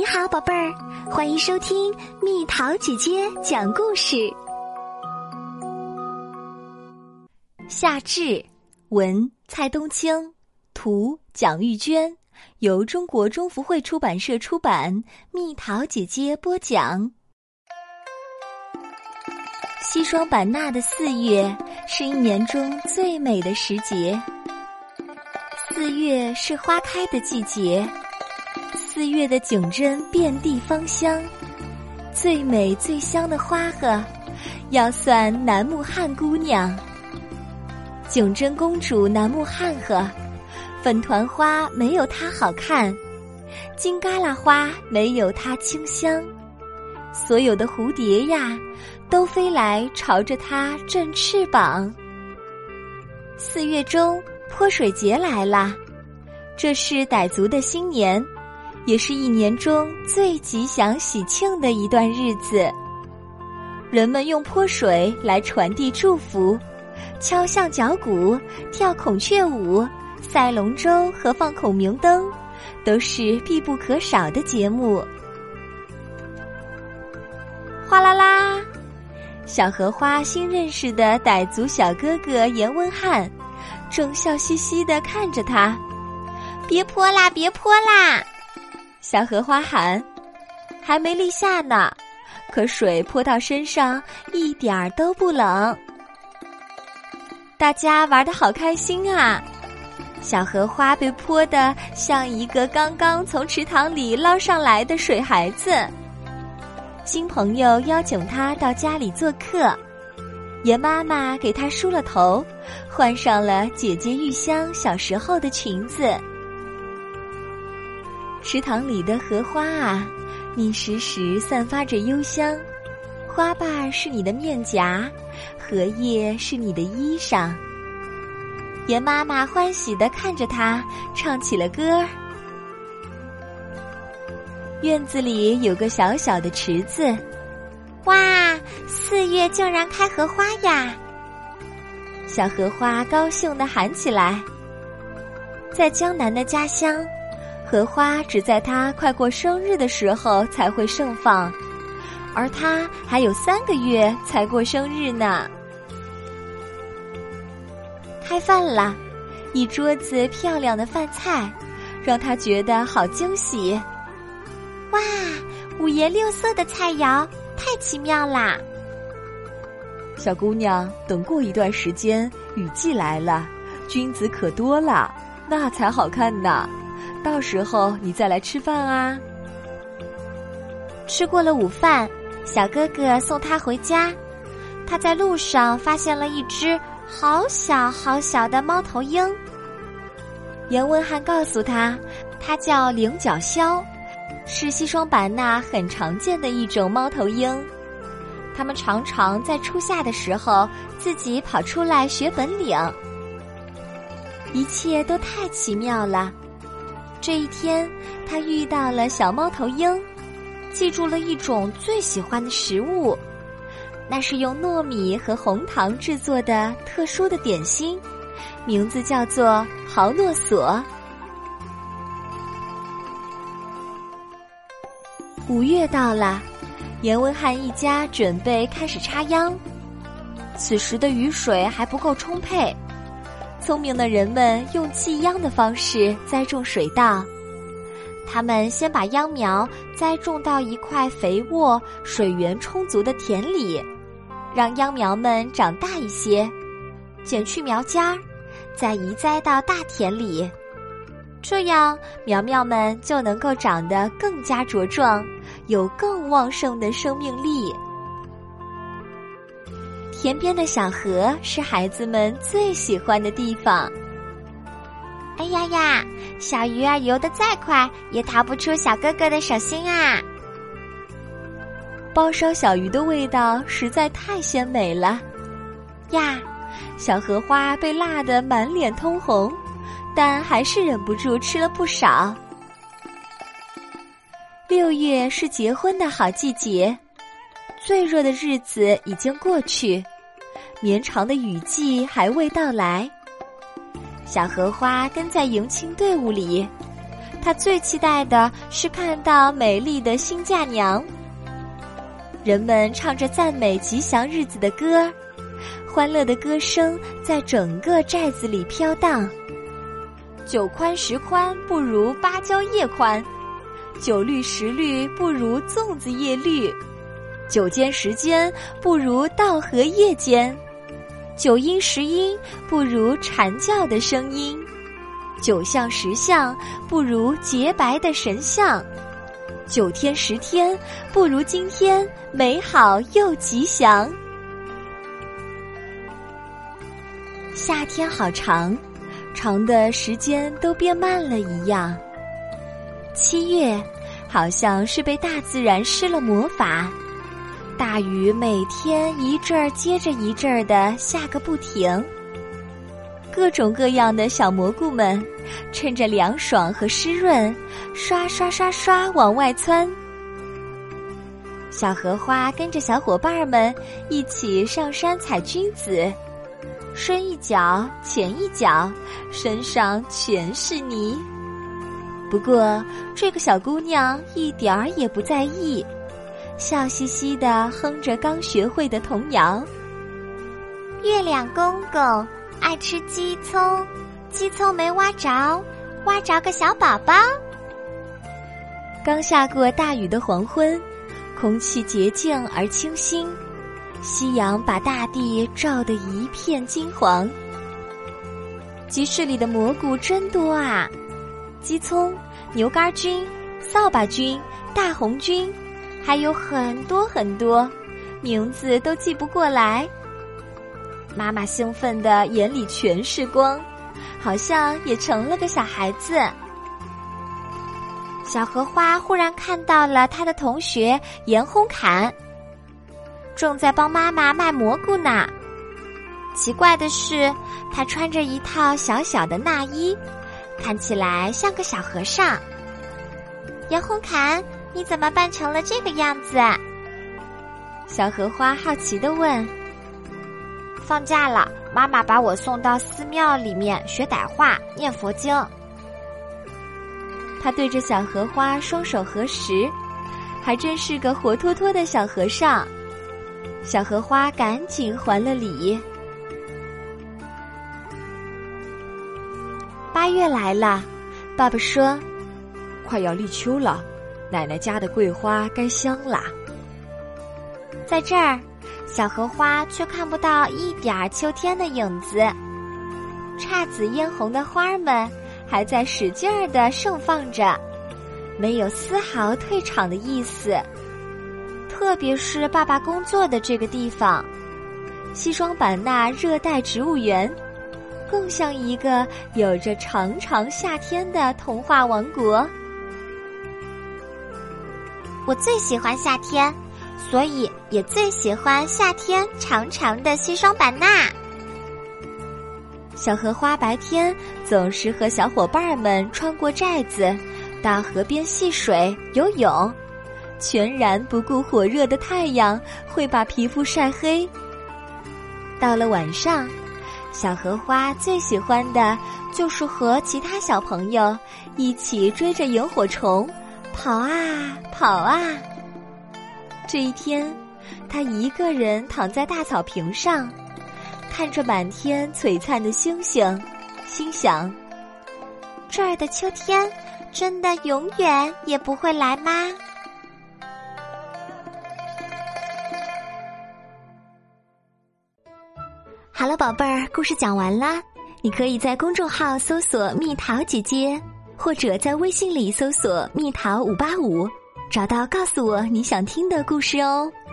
你好，宝贝儿，欢迎收听蜜桃姐姐讲故事。夏至，文蔡冬青，图蒋玉娟，由中国中福会出版社出版，蜜桃姐姐播讲。西双版纳的4月是一年中最美的时节。4月是花开的季节，4月的景针遍地芳香，最美最香的花呵，要算南木汉姑娘。景针公主南木汉呵，粉团花没有她好看，金嘎啦花没有她清香，所有的蝴蝶呀，都飞来朝着她振翅膀。4月中，泼水节来了，这是傣族的新年，也是一年中最吉祥喜庆的一段日子。人们用泼水来传递祝福，敲象脚鼓，跳孔雀舞，赛龙舟和放孔明灯，都是必不可少的节目。哗啦啦，小荷花新认识的傣族小哥哥严文翰正笑嘻嘻地看着他。别泼啦，别泼啦！小荷花喊，还没立夏呢，可水泼到身上一点儿都不冷。大家玩得好开心啊！小荷花被泼得像一个刚刚从池塘里捞上来的水孩子。新朋友邀请他到家里做客，严妈妈给他梳了头，换上了姐姐玉香小时候的裙子。池塘里的荷花啊，你时时散发着幽香，花瓣是你的面颊，荷叶是你的衣裳。严妈妈欢喜地看着她，唱起了歌儿。院子里有个小小的池子，哇，4月竟然开荷花呀！小荷花高兴地喊起来。在江南的家乡，荷花只在她快过生日的时候才会盛放，而她还有3个月才过生日呢。开饭了，一桌子漂亮的饭菜，让她觉得好惊喜。哇，5颜6色的菜肴，太奇妙啦！ 小姑娘，等过一段时间，雨季来了，君子可多了，那才好看呢。到时候你再来吃饭啊。 吃过了午饭，小哥哥送她回家。他在路上发现了一只好小好小的猫头鹰。严文翰告诉他，它叫菱角鸮，是西双版纳很常见的一种猫头鹰。它们常常在初夏的时候自己跑出来学本领。一切都太奇妙了。这一天，他遇到了小猫头鹰，记住了一种最喜欢的食物，那是用糯米和红糖制作的特殊的点心，名字叫做豪诺索。5月到了，严文翰一家准备开始插秧。此时的雨水还不够充沛，聪明的人们用寄秧的方式栽种水稻。他们先把秧苗栽种到一块肥沃、水源充足的田里，让秧苗们长大一些，剪去苗尖儿，再移栽到大田里。这样苗苗们就能够长得更加茁壮，有更旺盛的生命力。田边的小河是孩子们最喜欢的地方。哎呀呀，小鱼儿游得再快，也逃不出小哥哥的手心啊！ 包烧小鱼的味道实在太鲜美了呀！ 小荷花被辣得满脸通红，但还是忍不住吃了不少。 6月是结婚的好季节，最热的日子已经过去，绵长的雨季还未到来。小荷花跟在迎亲队伍里， 他最期待的是看到美丽的新嫁娘。人们唱着赞美吉祥日子的歌，欢乐的歌声在整个寨子里飘荡。9宽10宽不如芭蕉叶宽，9绿10绿不如粽子叶绿，9尖10尖不如稻禾叶尖，9阴10阴不如蝉叫的声音，9象10象不如洁白的神像，9天10天不如今天美好又吉祥。夏天好长，长的时间都变慢了一样。7月好像是被大自然施了魔法，大雨每天一阵儿接着一阵儿的下个不停。各种各样的小蘑菇们趁着凉爽和湿润，刷刷刷刷往外窜。小荷花跟着小伙伴们一起上山采菌子，深一脚浅一脚，身上全是泥。不过这个小姑娘一点儿也不在意，笑嘻嘻地哼着刚学会的童谣：月亮公公爱吃鸡葱，鸡葱没挖着，挖着个小宝宝。刚下过大雨的黄昏，空气洁净而清新，夕阳把大地照得一片金黄。集市里的蘑菇真多啊，鸡葱、牛肝菌、扫把菌、大红菌，还有很多很多，名字都记不过来。妈妈兴奋的眼里全是光，好像也成了个小孩子。小荷花忽然看到了她的同学严红侃，正在帮妈妈卖蘑菇呢。奇怪的是，他穿着一套小小的衲衣，看起来像个小和尚。严红侃，你怎么扮成了这个样子？小荷花好奇地问。放假了，妈妈把我送到寺庙里面学歹话、念佛经。他对着小荷花双手合十，还真是个活脱脱的小和尚。小荷花赶紧还了礼。8月来了，爸爸说， 快要立秋了，奶奶家的桂花该香啦。 在这儿，小荷花却看不到一点秋天的影子，姹紫嫣红的花儿们还在使劲儿地盛放着，没有丝毫退场的意思。特别是爸爸工作的这个地方，西双版纳热带植物园，更像一个有着长长夏天的童话王国。我最喜欢夏天，所以也最喜欢夏天长长的西双版纳。小荷花白天总是和小伙伴们穿过寨子，到河边戏水游泳，全然不顾火热的太阳会把皮肤晒黑。到了晚上，小荷花最喜欢的就是和其他小朋友一起追着萤火虫跑啊跑啊。这一天，他一个人躺在大草坪上，看着满天璀璨的星星，心想：这儿的秋天真的永远也不会来吗？好了，宝贝儿，故事讲完啦。你可以在公众号搜索蜜桃姐姐，或者在微信里搜索蜜桃585，找到告诉我你想听的故事哦。